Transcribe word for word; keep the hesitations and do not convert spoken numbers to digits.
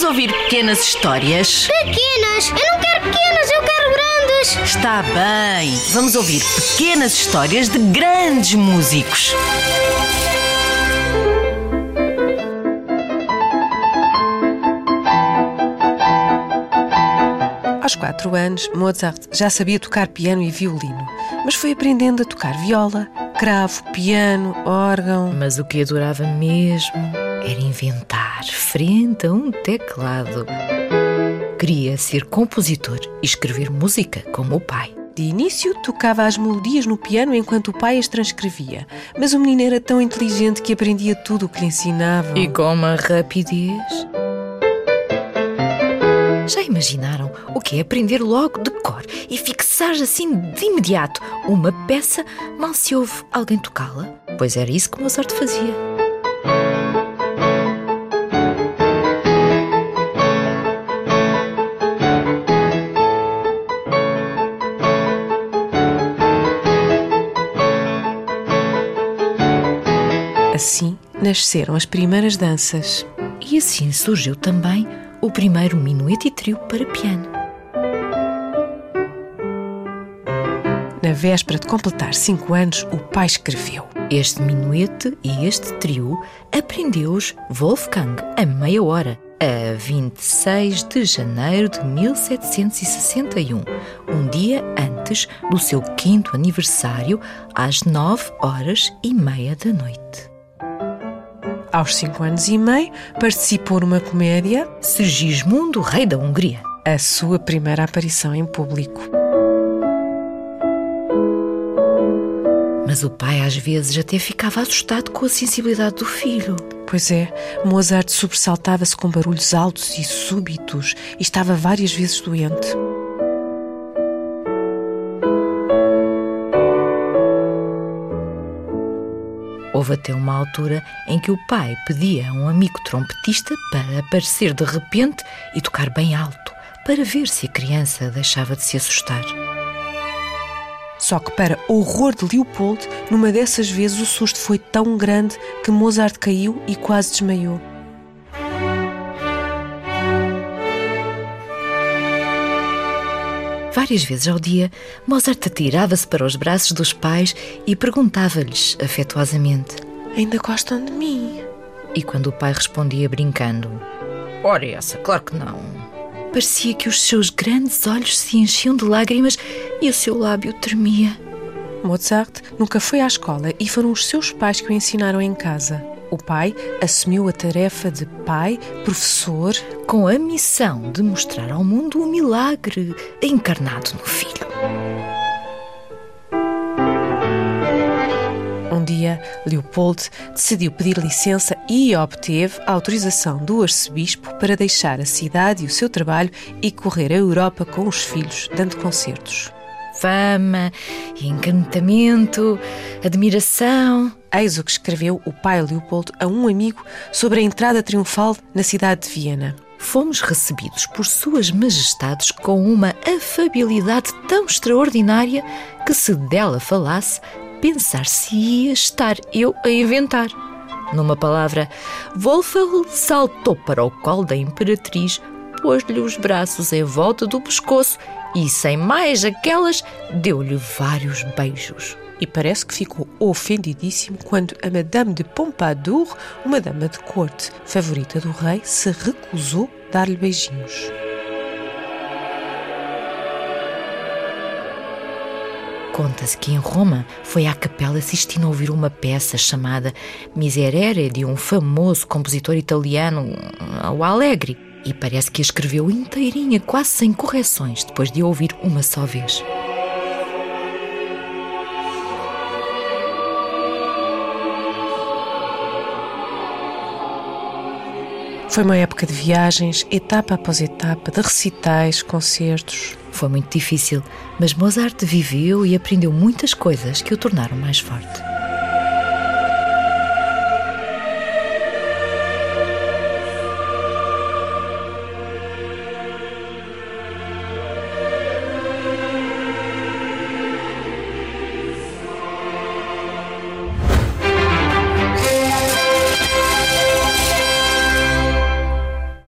ouvir pequenas histórias? Pequenas? Eu não quero pequenas, eu quero grandes. Está bem, vamos ouvir pequenas histórias de grandes músicos. Aos quatro anos, Mozart já sabia tocar piano e violino, mas foi aprendendo a tocar viola, cravo, piano, órgão. Mas o que adorava mesmo era inventar frente a um teclado. Queria ser compositor e escrever música como o pai. De início, tocava as melodias no piano enquanto o pai as transcrevia, mas o menino era tão inteligente que aprendia tudo o que lhe ensinavam. E com uma rapidez... Já imaginaram o que é aprender logo de cor e fixar assim de imediato uma peça mal se ouve alguém tocá-la? Pois era isso que Mozart fazia. Assim nasceram as primeiras danças. E assim surgiu também o primeiro minueto e trio para piano. Na véspera de completar cinco anos, o pai escreveu: Este minuete e este trio aprendeu-os Wolfgang a meia hora, a vinte e seis de janeiro de mil setecentos e sessenta e um, um dia antes do seu quinto aniversário, às nove horas e meia da noite. Aos cinco anos e meio, participou numa comédia Segismundo, rei da Hungria. A sua primeira aparição em público. Mas o pai às vezes até ficava assustado com a sensibilidade do filho. Pois é, Mozart sobressaltava-se com barulhos altos e súbitos e estava várias vezes doente. Houve até uma altura em que o pai pedia a um amigo trompetista para aparecer de repente e tocar bem alto, para ver se a criança deixava de se assustar. Só que, para horror de Leopold, numa dessas vezes o susto foi tão grande que Mozart caiu e quase desmaiou. Várias vezes ao dia, Mozart atirava-se para os braços dos pais e perguntava-lhes afetuosamente: Ainda gostam de mim? E quando o pai respondia brincando: Ora essa, claro que não, parecia que os seus grandes olhos se enchiam de lágrimas e o seu lábio tremia. Mozart nunca foi à escola e foram os seus pais que o ensinaram em casa. O pai assumiu a tarefa de pai, professor, com a missão de mostrar ao mundo o milagre encarnado no filho. Um dia, Leopold decidiu pedir licença e obteve a autorização do arcebispo para deixar a cidade e o seu trabalho e correr a Europa com os filhos, dando concertos. Fama, encantamento, admiração. Eis o que escreveu o pai Leopold a um amigo sobre a entrada triunfal na cidade de Viena. Fomos recebidos por suas majestades com uma afabilidade tão extraordinária que, se dela falasse, pensar-se ia estar eu a inventar. Numa palavra, Wolfgang saltou para o colo da imperatriz, pôs-lhe os braços em volta do pescoço e, sem mais aquelas, deu-lhe vários beijos. E parece que ficou ofendidíssimo quando a Madame de Pompadour, uma dama de corte favorita do rei, se recusou a dar-lhe beijinhos. Conta-se que em Roma foi à Capela Sistina ouvir uma peça chamada Miserere de um famoso compositor italiano, o Allegri, e parece que a escreveu inteirinha, quase sem correções, depois de a ouvir uma só vez. Foi uma época de viagens, etapa após etapa, de recitais, concertos. Foi muito difícil, mas Mozart viveu e aprendeu muitas coisas que o tornaram mais forte.